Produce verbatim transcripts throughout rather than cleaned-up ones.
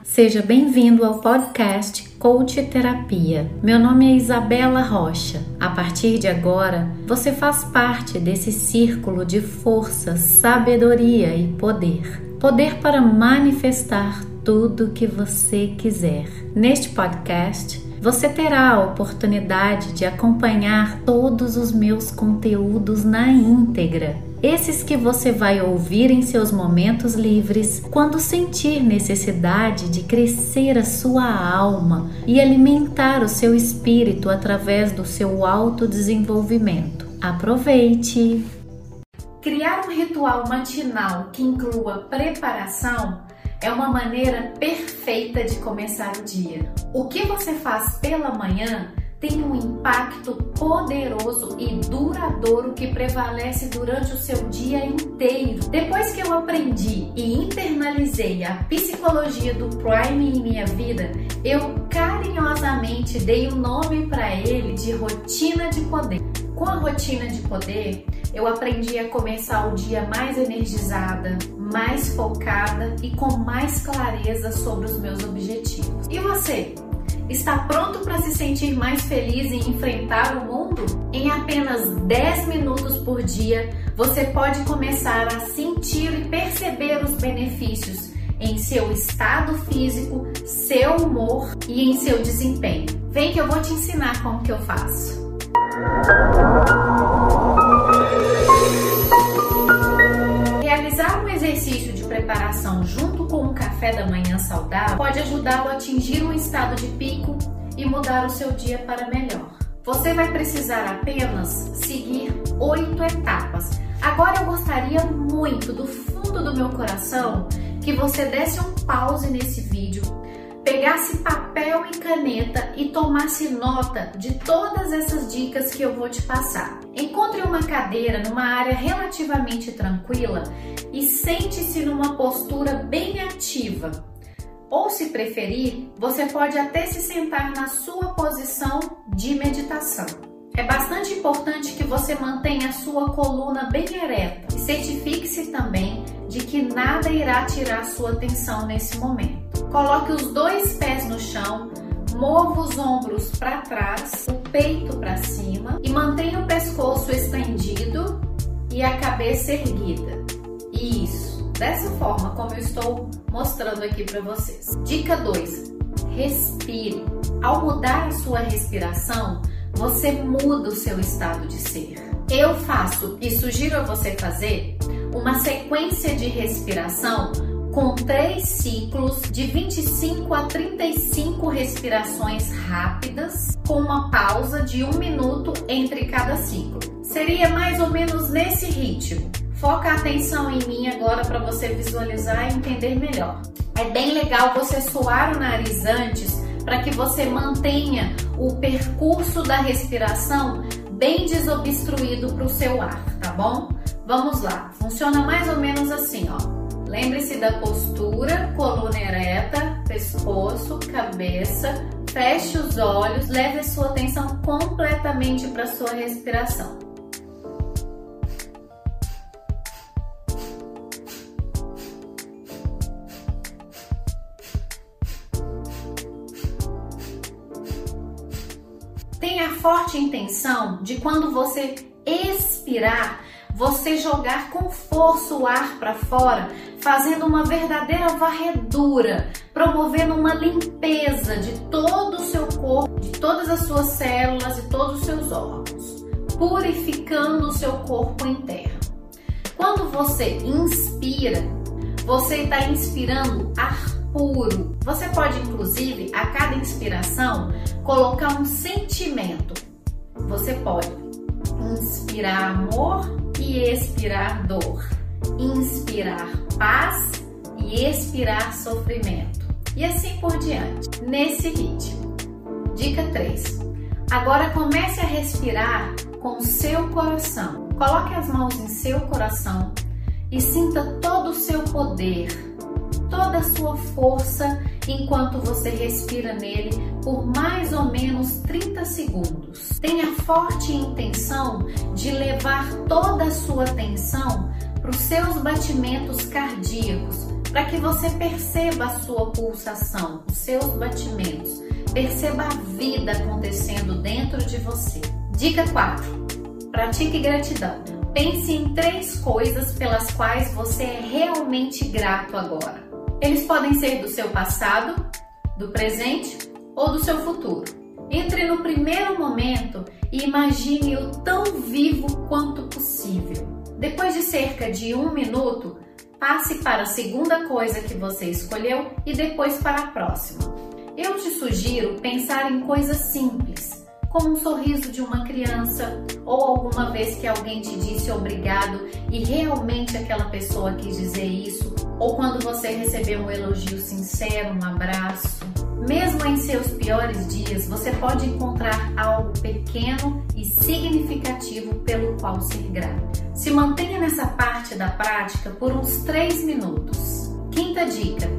Seja bem-vindo ao podcast Coach Terapia. Meu nome é Isabela Rocha. A partir de agora, você faz parte desse círculo de força, sabedoria e poder. Poder para manifestar tudo o que você quiser. Neste podcast, você terá a oportunidade de acompanhar todos os meus conteúdos na íntegra. Esses que você vai ouvir em seus momentos livres, quando sentir necessidade de crescer a sua alma e alimentar o seu espírito através do seu autodesenvolvimento. Aproveite! Criar um ritual matinal que inclua preparação é uma maneira perfeita de começar o dia. O que você faz pela manhã tem um impacto poderoso e duradouro que prevalece durante o seu dia inteiro. Depois que eu aprendi e internalizei a psicologia do Prime em minha vida, eu carinhosamente dei o um nome para ele de rotina de poder. Com a rotina de poder, eu aprendi a começar o dia mais energizada, mais focada e com mais clareza sobre os meus objetivos. E você? Está pronto para se sentir mais feliz e enfrentar o mundo? Em apenas dez minutos por dia, você pode começar a sentir e perceber os benefícios em seu estado físico, seu humor e em seu desempenho. Vem que eu vou te ensinar como que eu faço. Realizar um exercício de preparação junto com um café da manhã saudável pode ajudá-lo a atingir um estado de pico e mudar o seu dia para melhor. Você vai precisar apenas seguir oito etapas. Agora eu gostaria muito, do fundo do meu coração, que você desse um pause nesse vídeo, pegasse papel e caneta e tomasse nota de todas essas dicas que eu vou te passar. Encontre uma cadeira numa área relativamente tranquila e sente-se numa postura bem ativa. Ou, se preferir, você pode até se sentar na sua posição de meditação. É bastante importante que você mantenha a sua coluna bem ereta e certifique-se também de que nada irá tirar sua atenção nesse momento. Coloque os dois pés no chão, mova os ombros para trás, o peito para cima e mantenha o pescoço estendido e a cabeça erguida. Isso, dessa forma como eu estou mostrando aqui para vocês. Dica dois. Respire. Ao mudar a sua respiração, você muda o seu estado de ser. Eu faço e sugiro a você fazer uma sequência de respiração com três ciclos de vinte e cinco a trinta e cinco respirações rápidas, com uma pausa de um minuto entre cada ciclo. Seria mais ou menos nesse ritmo. Foca a atenção em mim agora para você visualizar e entender melhor. É bem legal você suar o nariz antes para que você mantenha o percurso da respiração bem desobstruído para o seu ar, tá bom? Vamos lá, funciona mais ou menos assim, ó. Lembre-se da postura, coluna ereta, pescoço, cabeça, feche os olhos, leve a sua atenção completamente para a sua respiração. Tenha a forte intenção de, quando você expirar, você jogar com força o ar para fora, fazendo uma verdadeira varredura, promovendo uma limpeza de todo o seu corpo, de todas as suas células e todos os seus órgãos, purificando o seu corpo interno. Quando você inspira, você está inspirando ar puro. Você pode, inclusive, a cada inspiração, colocar um sentimento. Você pode inspirar amor e expirar dor, inspirar paz e expirar sofrimento, e assim por diante, nesse ritmo. Dica três. Agora comece a respirar com o seu coração. Coloque as mãos em seu coração e sinta todo o seu poder, toda a sua força enquanto você respira nele por mais ou menos trinta segundos. Tenha forte intenção de levar toda a sua atenção para os seus batimentos cardíacos, para que você perceba a sua pulsação, os seus batimentos, perceba a vida acontecendo dentro de você. Dica quatro. Pratique gratidão. Pense em três coisas pelas quais você é realmente grato agora. Eles podem ser do seu passado, do presente ou do seu futuro. Entre no primeiro momento e imagine-o tão vivo quanto possível. Depois de cerca de um minuto, passe para a segunda coisa que você escolheu e depois para a próxima. Eu te sugiro pensar em coisas simples, como um sorriso de uma criança ou alguma vez que alguém te disse obrigado e realmente aquela pessoa quis dizer isso, ou quando você recebeu um elogio sincero, um abraço. Mesmo em seus piores dias, você pode encontrar algo pequeno e significativo pelo qual ser grato. Se mantenha nessa parte da prática por uns três minutos. Quinta dica.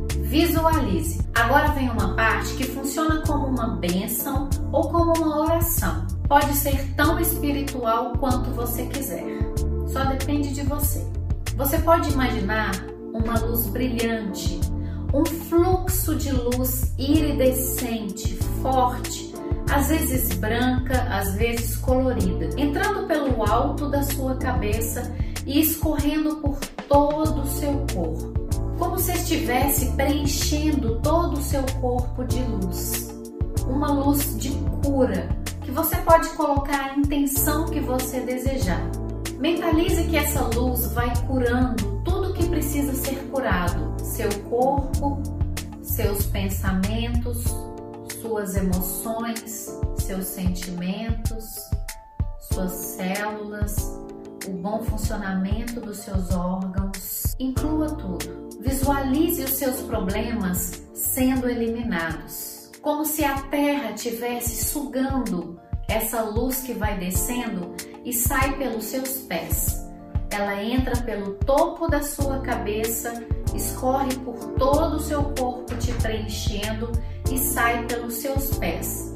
Visualize. Agora vem uma parte que funciona como uma bênção ou como uma oração. Pode ser tão espiritual quanto você quiser. Só depende de você. Você pode imaginar uma luz brilhante, um fluxo de luz iridescente, forte, às vezes branca, às vezes colorida, entrando pelo alto da sua cabeça e escorrendo por todo o seu corpo, como se estivesse preenchendo todo o seu corpo de luz. Uma luz de cura, que você pode colocar a intenção que você desejar. Mentalize que essa luz vai curando tudo que precisa ser curado. Seu corpo, seus pensamentos, suas emoções, seus sentimentos, suas células, o bom funcionamento dos seus órgãos. Inclua tudo. Visualize os seus problemas sendo eliminados, como se a terra estivesse sugando essa luz que vai descendo e sai pelos seus pés. Ela entra pelo topo da sua cabeça, escorre por todo o seu corpo te preenchendo e sai pelos seus pés,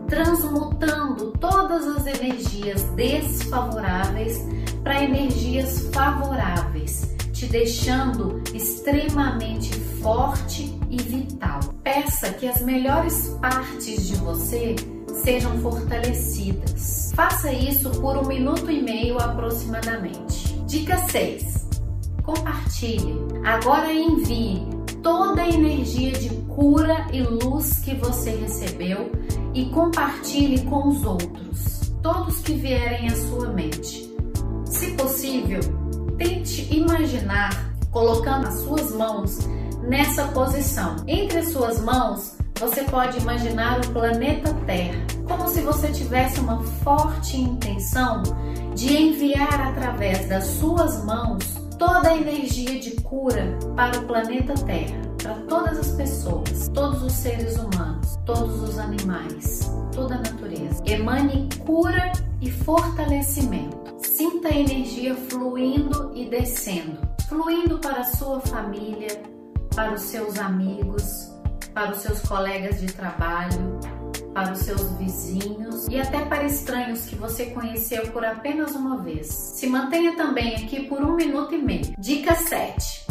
transmutando todas as energias desfavoráveis para energias favoráveis, te deixando extremamente forte e vital. Peça que as melhores partes de você sejam fortalecidas. Faça isso por um minuto e meio aproximadamente. Dica seis. Compartilhe. Agora envie toda a energia de cura e luz que você recebeu e compartilhe com os outros, todos que vierem à sua mente. Se possível, tente imaginar colocando as suas mãos nessa posição. Entre as suas mãos, você pode imaginar o planeta Terra, como se você tivesse uma forte intenção de enviar através das suas mãos toda a energia de cura para o planeta Terra, para todas as pessoas, todos os seres humanos, todos os animais, toda a natureza. Emane cura e fortalecimento. Sinta a energia fluindo e descendo, fluindo para a sua família, para os seus amigos, para os seus colegas de trabalho, para os seus vizinhos e até para estranhos que você conheceu por apenas uma vez. Se mantenha também aqui por um minuto e meio. Dica sete.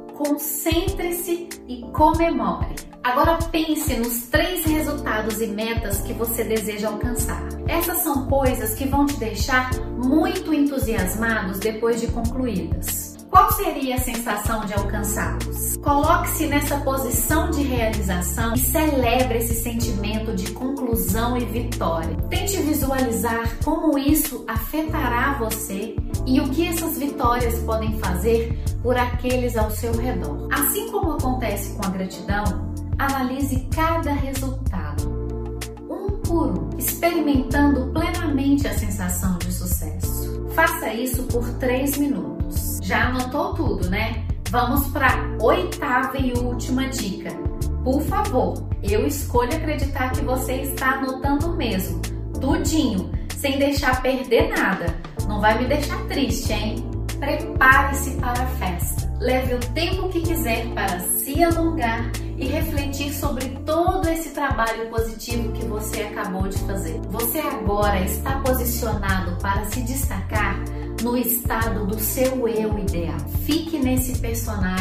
Concentre-se e comemore. Agora pense nos três resultados e metas que você deseja alcançar. Essas são coisas que vão te deixar muito entusiasmados depois de concluídas. Qual seria a sensação de alcançá-los? Coloque-se nessa posição de realização e celebre esse sentimento de conclusão e vitória. Tente visualizar como isso afetará você e o que essas vitórias podem fazer por aqueles ao seu redor. Assim como acontece com a gratidão, analise cada resultado, um por um, experimentando plenamente a sensação de sucesso. Faça isso por três minutos. Já anotou tudo, né? Vamos para a oitava e última dica. Por favor, eu escolho acreditar que você está anotando mesmo, tudinho, sem deixar perder nada. Não vai me deixar triste, hein? Prepare-se para a festa. Leve o tempo que quiser para se alongar e refletir sobre todo esse trabalho positivo que você acabou de fazer. Você agora está posicionado para se destacar no estado do seu eu ideal. Fique nesse personagem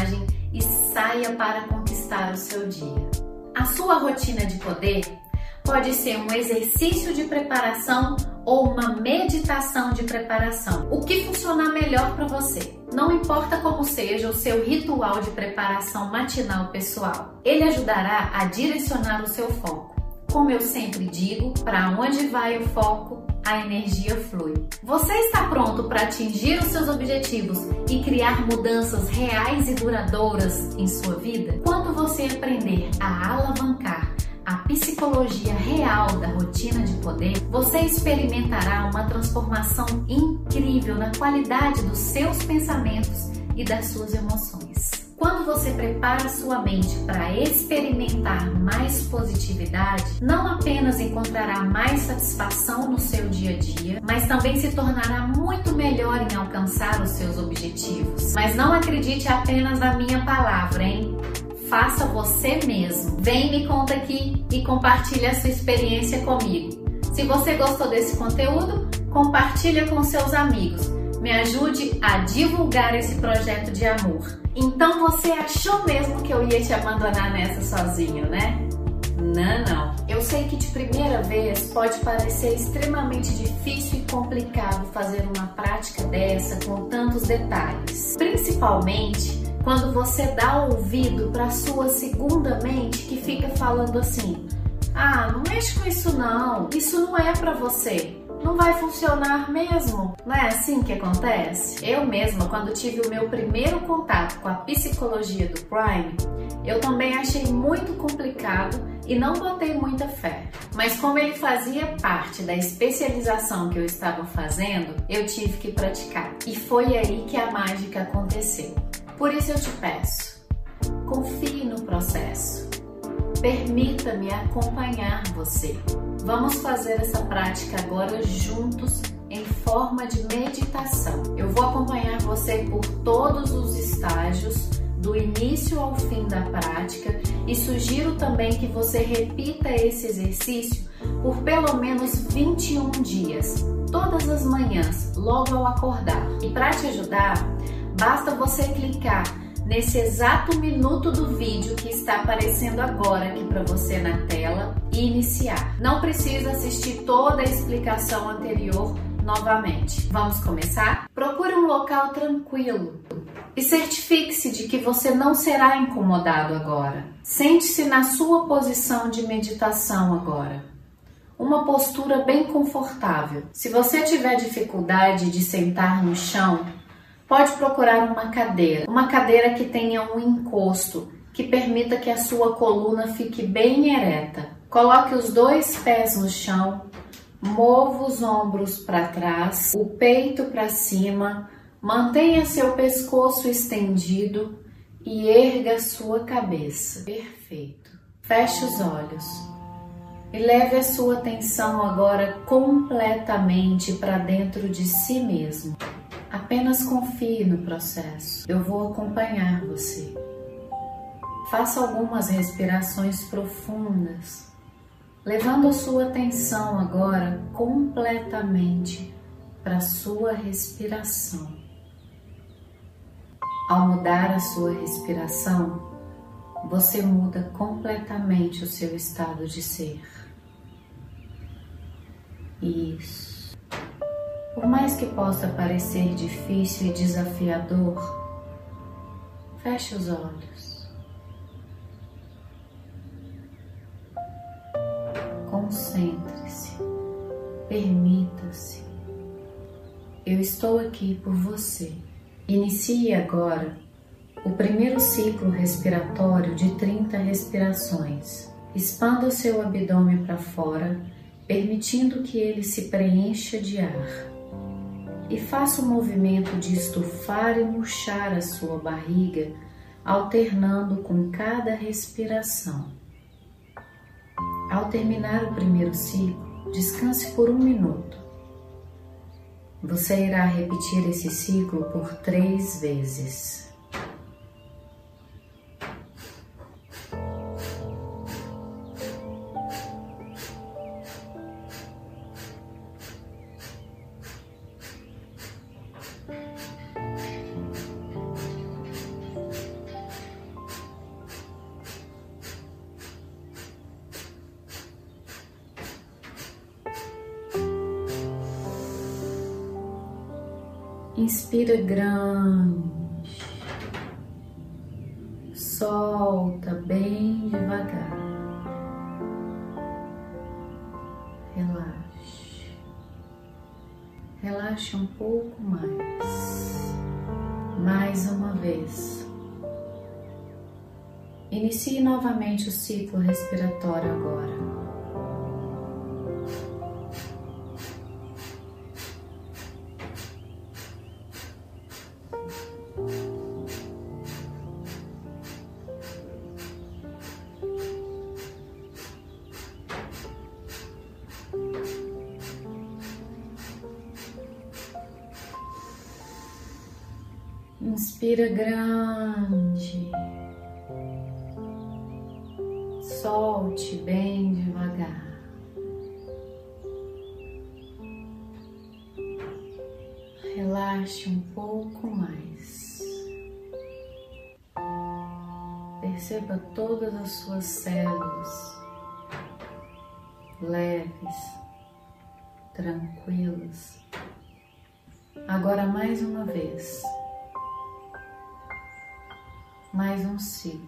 e saia para conquistar o seu dia. A sua rotina de poder pode ser um exercício de preparação ou uma meditação de preparação. O que funcionar melhor para você? Não importa como seja o seu ritual de preparação matinal pessoal, ele ajudará a direcionar o seu foco. Como eu sempre digo, para onde vai o foco, a energia flui. Você está pronto para atingir os seus objetivos e criar mudanças reais e duradouras em sua vida? Quando você aprender a alavancar a psicologia real da rotina de poder, você experimentará uma transformação incrível na qualidade dos seus pensamentos e das suas emoções. Quando você prepara sua mente para experimentar mais positividade, não apenas encontrará mais satisfação no seu dia a dia, mas também se tornará muito melhor em alcançar os seus objetivos. Mas não acredite apenas na minha palavra, hein? Faça você mesmo. Vem, me conta aqui e compartilhe a sua experiência comigo. Se você gostou desse conteúdo, compartilha com seus amigos. Me ajude a divulgar esse projeto de amor. Então você achou mesmo que eu ia te abandonar nessa sozinho, né? Não, não. Eu sei que de primeira vez pode parecer extremamente difícil e complicado fazer uma prática dessa com tantos detalhes. Principalmente quando você dá ouvido para sua segunda mente que fica falando assim: ah, não mexe com isso não, isso não é para você. Não vai funcionar mesmo? Não é assim que acontece? Eu mesma, quando tive o meu primeiro contato com a psicologia do Prime, eu também achei muito complicado e não botei muita fé. Mas como ele fazia parte da especialização que eu estava fazendo, eu tive que praticar. E foi aí que a mágica aconteceu. Por isso eu te peço, confie no processo. Permita-me acompanhar você. Vamos fazer essa prática agora juntos em forma de meditação. Eu vou acompanhar você por todos os estágios, do início ao fim da prática, e sugiro também que você repita esse exercício por pelo menos vinte e um dias, todas as manhãs, logo ao acordar. E para te ajudar, basta você clicar nesse exato minuto do vídeo que está aparecendo agora aqui para você na tela e iniciar. Não precisa assistir toda a explicação anterior novamente. Vamos começar? Procure um local tranquilo e certifique-se de que você não será incomodado agora. Sente-se na sua posição de meditação agora. Uma postura bem confortável. Se você tiver dificuldade de sentar no chão, pode procurar uma cadeira, uma cadeira que tenha um encosto, que permita que a sua coluna fique bem ereta. Coloque os dois pés no chão, mova os ombros para trás, o peito para cima, mantenha seu pescoço estendido e erga sua cabeça. Perfeito. Feche os olhos e leve a sua atenção agora completamente para dentro de si mesmo. Apenas confie no processo. Eu vou acompanhar você. Faça algumas respirações profundas, levando a sua atenção agora completamente para a sua respiração. Ao mudar a sua respiração, você muda completamente o seu estado de ser. Isso. Por mais que possa parecer difícil e desafiador, feche os olhos. Concentre-se. Permita-se. Eu estou aqui por você. Inicie agora o primeiro ciclo respiratório de trinta respirações. Expanda o seu abdômen para fora, permitindo que ele se preencha de ar. E faça o movimento de estufar e murchar a sua barriga, alternando com cada respiração. Ao terminar o primeiro ciclo, descanse por um minuto. Você irá repetir esse ciclo por três vezes. Inspira grande, solta bem devagar, relaxe, relaxe um pouco mais, mais uma vez. Inicie novamente o ciclo respiratório agora. Inspira grande, solte bem devagar, relaxe um pouco mais, perceba todas as suas células leves, tranquilas. Agora mais uma vez. Mais um ciclo.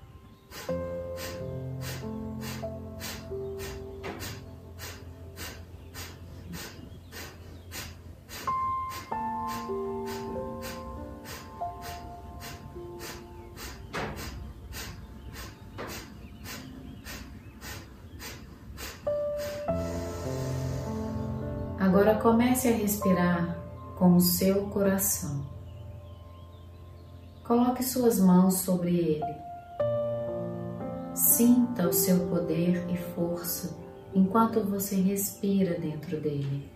Agora comece a respirar com o seu coração. Coloque suas mãos sobre ele. Sinta o seu poder e força enquanto você respira dentro dele.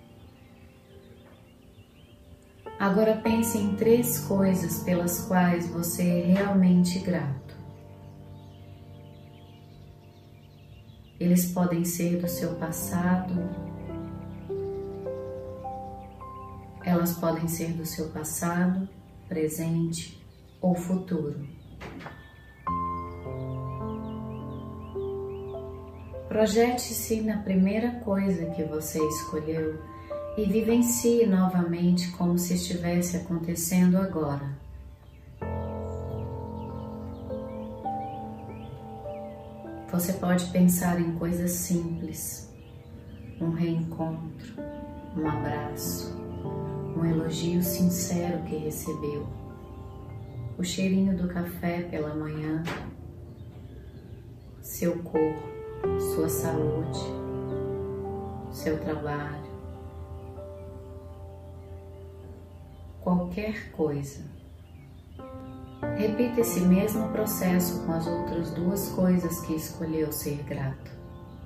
Agora pense em três coisas pelas quais você é realmente grato. Eles podem ser do seu passado, elas podem ser do seu passado, presente ou futuro. Projete-se na primeira coisa que você escolheu e vivencie novamente como se estivesse acontecendo agora. Você pode pensar em coisas simples, um reencontro, um abraço, um elogio sincero que recebeu, o cheirinho do café pela manhã, seu corpo, sua saúde, seu trabalho, qualquer coisa. Repita esse mesmo processo com as outras duas coisas que escolheu ser grato.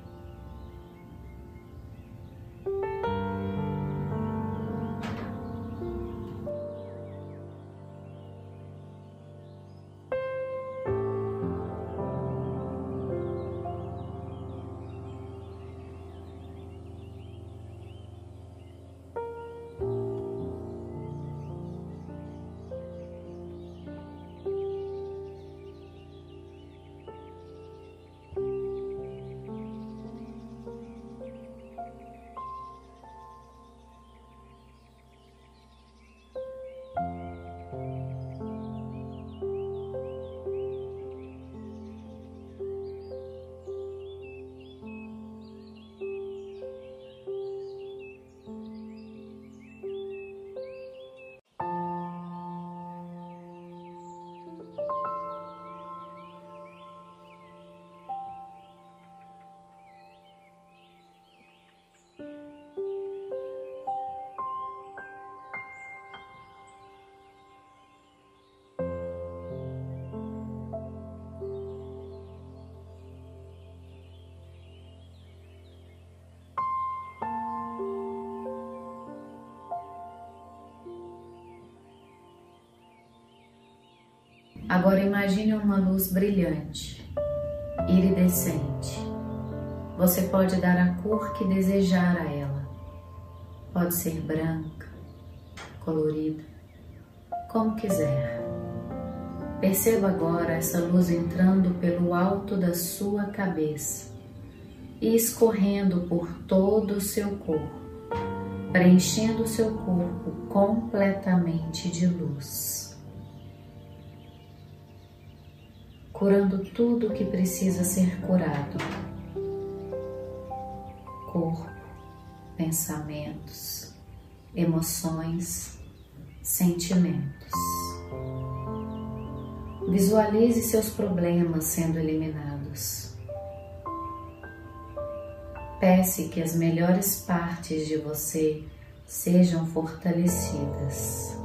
Agora imagine uma luz brilhante, iridescente. Você pode dar a cor que desejar a ela. Pode ser branca, colorida, como quiser. Perceba agora essa luz entrando pelo alto da sua cabeça e escorrendo por todo o seu corpo, preenchendo o seu corpo completamente de luz, curando tudo o que precisa ser curado: corpo, pensamentos, emoções, sentimentos. Visualize seus problemas sendo eliminados. Peça que as melhores partes de você sejam fortalecidas.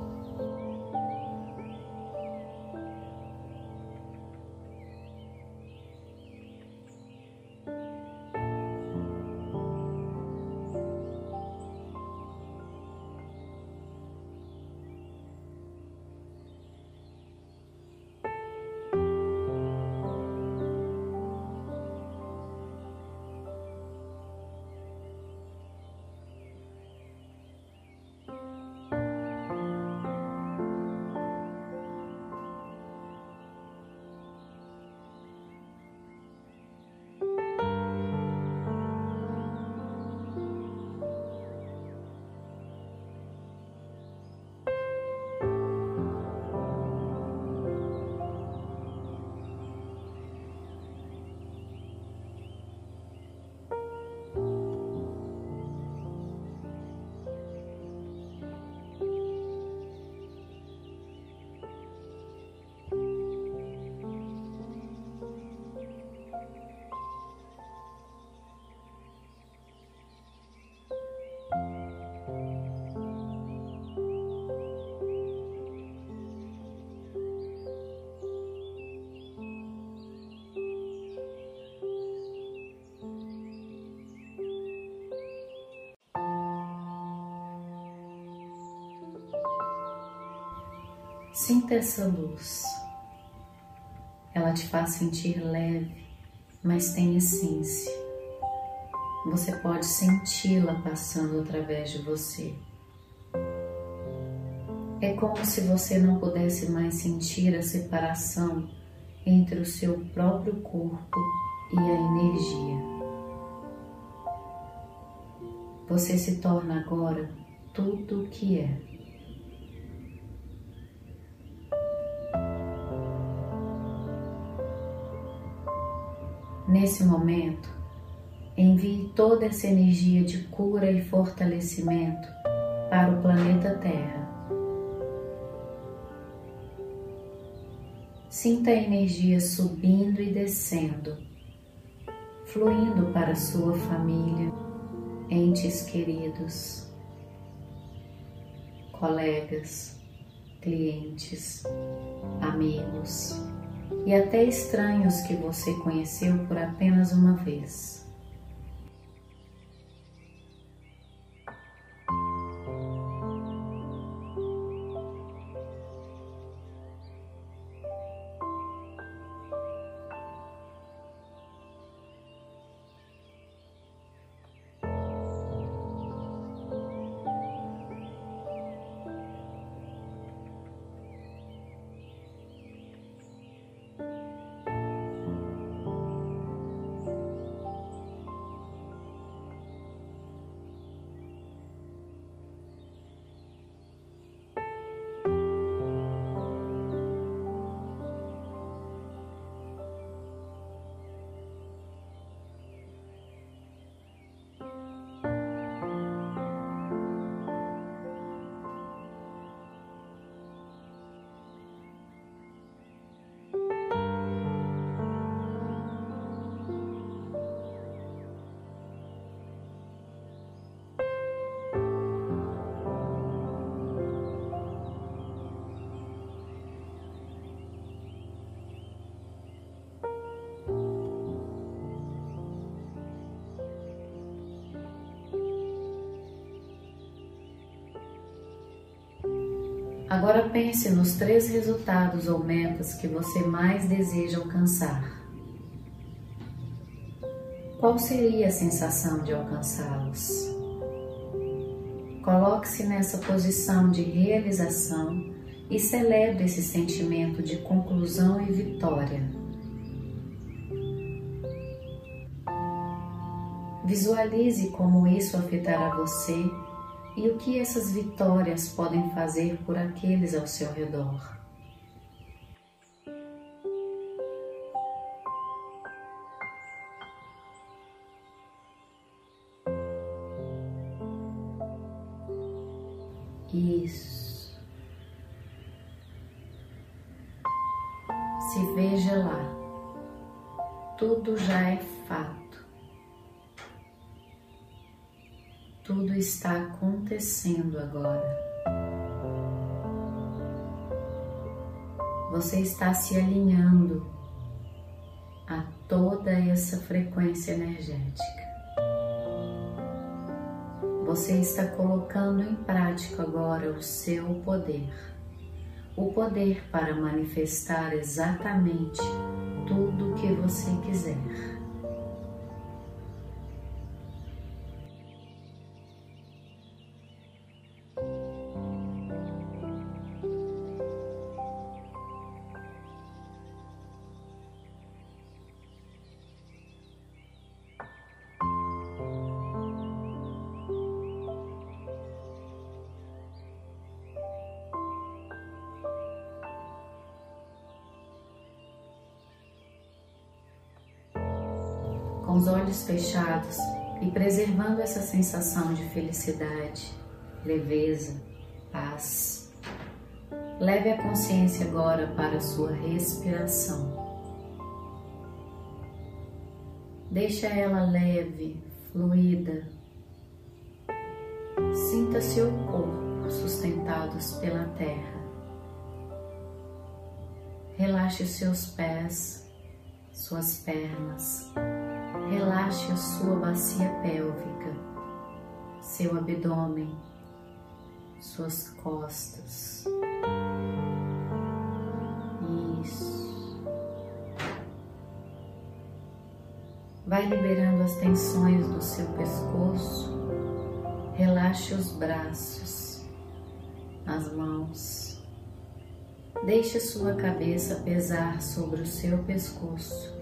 Sinta essa luz. Ela te faz sentir leve, mas tem essência. Você pode senti-la passando através de você. É como se você não pudesse mais sentir a separação entre o seu próprio corpo e a energia. Você se torna agora tudo o que é. Nesse momento, envie toda essa energia de cura e fortalecimento para o planeta Terra. Sinta a energia subindo e descendo, fluindo para sua família, entes queridos, colegas, clientes, amigos e até estranhos que você conheceu por apenas uma vez. Agora pense nos três resultados ou metas que você mais deseja alcançar. Qual seria a sensação de alcançá-los? Coloque-se nessa posição de realização e celebre esse sentimento de conclusão e vitória. Visualize como isso afetará você E o que essas vitórias podem fazer por aqueles ao seu redor? Isso. Se veja lá. Tudo já é fato. Tudo está acontecendo agora. Você está se alinhando a toda essa frequência energética. Você está colocando em prática agora o seu poder. O poder para manifestar exatamente tudo o que você quiser. Com os olhos fechados e preservando essa sensação de felicidade, leveza, paz, leve a consciência agora para a sua respiração. Deixa ela leve, fluida. Sinta seu corpo sustentados pela terra. Relaxe os seus pés, suas pernas. Relaxe a sua bacia pélvica, seu abdômen, suas costas. Isso. Vai liberando as tensões do seu pescoço. Relaxe os braços, as mãos. Deixe sua cabeça pesar sobre o seu pescoço.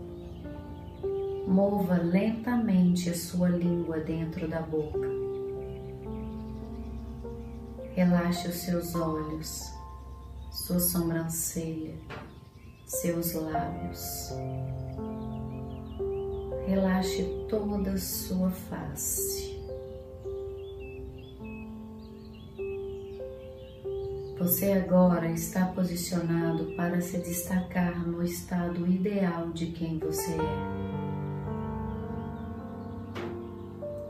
Mova lentamente a sua língua dentro da boca. Relaxe os seus olhos, sua sobrancelha, seus lábios. Relaxe toda a sua face. Você agora está posicionado para se destacar no estado ideal de quem você é.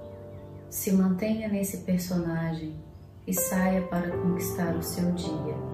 Se mantenha nesse personagem e saia para conquistar o seu dia.